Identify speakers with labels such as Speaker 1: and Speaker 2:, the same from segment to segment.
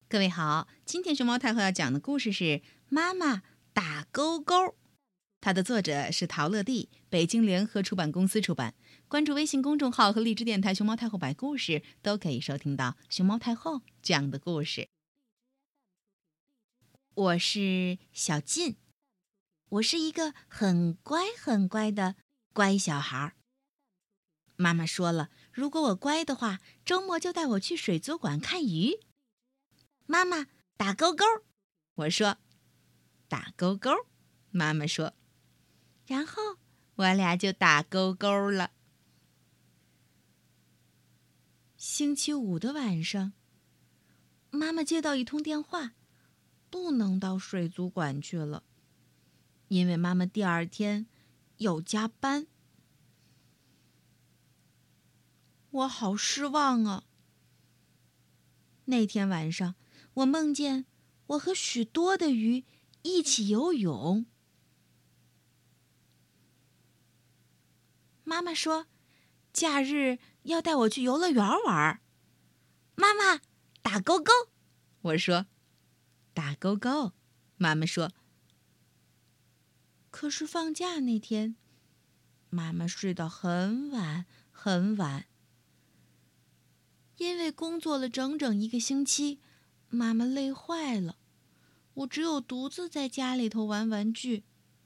Speaker 1: 各位好，今天熊猫太后要讲的故事是《妈妈打勾勾》，它的作者是陶乐蒂，北京联合出版公司出版。关注微信公众号和荔枝电台熊猫太后摆故事，都可以收听到熊猫太后讲的故事。我是小晋，我是一个很乖很乖的乖小孩。妈妈说了，如果我乖的话，周末就带我去水族馆看鱼。妈妈打勾勾，我说打勾勾，妈妈说，然后我俩就打勾勾了。星期五的晚上，妈妈接到一通电话，不能到水族馆去了，因为妈妈第二天要加班。我好失望啊！那天晚上，我梦见我和许多的鱼一起游泳。妈妈说，假日要带我去游乐园玩。妈妈打勾勾，我说打勾勾。妈妈说，可是放假那天，妈妈睡到很晚很晚。因为工作了整整1个星期，妈妈累坏了，我只有独自在家里头玩玩具。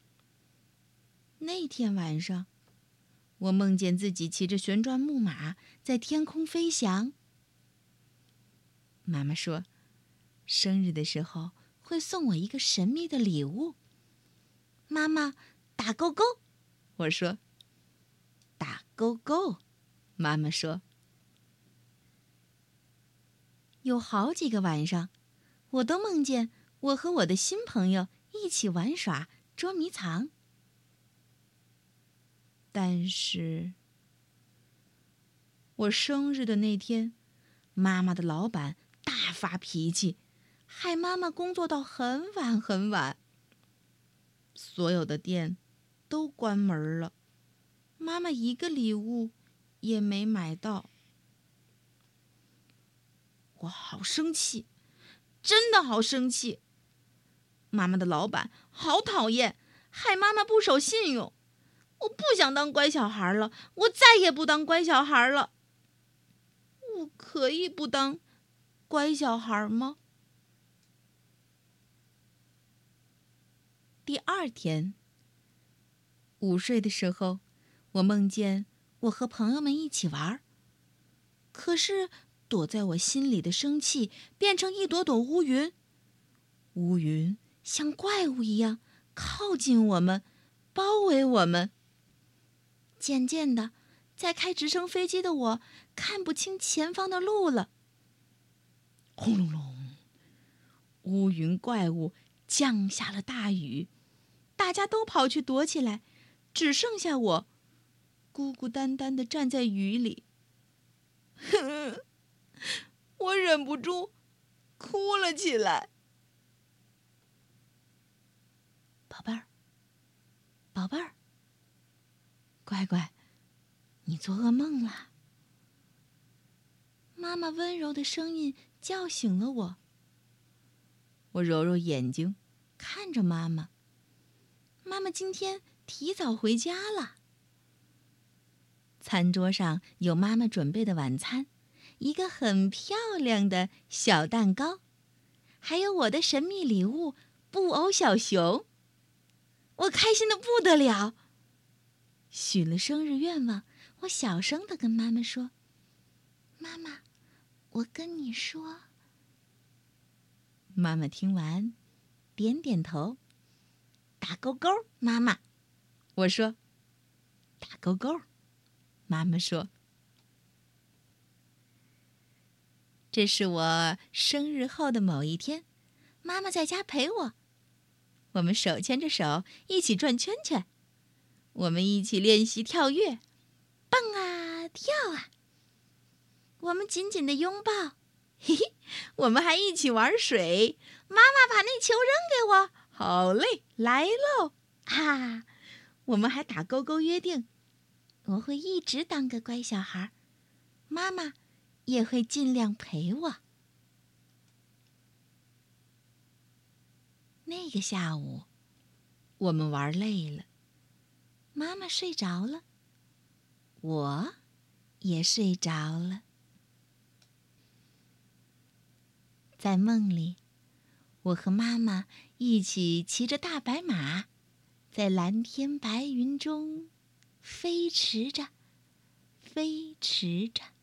Speaker 1: 那天晚上，我梦见自己骑着旋转木马在天空飞翔。妈妈说，生日的时候会送我一个神秘的礼物。妈妈打勾勾，我说打勾勾。妈妈说，有好几个晚上，我都梦见我和我的新朋友一起玩耍捉迷藏。但是，我生日的那天，妈妈的老板大发脾气，害妈妈工作到很晚很晚。所有的店都关门了，妈妈一个礼物也没买到。我好生气，真的好生气！妈妈的老板好讨厌，害妈妈不守信用。我不想当乖小孩了，我再也不当乖小孩了。我可以不当乖小孩吗？第二天，午睡的时候，我梦见我和朋友们一起玩，可是躲在我心里的生气变成一朵朵乌云，乌云像怪物一样靠近我们，包围我们。渐渐的，在开直升飞机的我看不清前方的路了。轰隆隆，乌云怪物降下了大雨，大家都跑去躲起来，只剩下我孤孤单单地站在雨里。我忍不住哭了起来。宝贝儿，宝贝儿，乖乖，你做噩梦了。妈妈温柔的声音叫醒了我。我揉揉眼睛，看着妈妈。妈妈今天提早回家了。餐桌上有妈妈准备的晚餐，一个很漂亮的小蛋糕，还有我的神秘礼物布偶小熊。我开心得不得了。许了生日愿望，我小声地跟妈妈说，妈妈，我跟你说。妈妈听完点点头，打勾勾，妈妈。我说打勾勾。妈妈说，这是我生日后的某一天，妈妈在家陪我，我们手牵着手一起转圈圈，我们一起练习跳跃，蹦啊跳啊，我们紧紧地拥抱，嘿嘿，我们还一起玩水，妈妈把那球扔给我，好嘞，来喽，哈，我们还打勾勾约定，我会一直当个乖小孩，妈妈也会尽量陪我。 个下午，我们玩累了，妈妈睡着了，我也睡着了。在梦里，我和妈妈一起骑着大白马，在蓝天白云中飞驰着，飞驰着。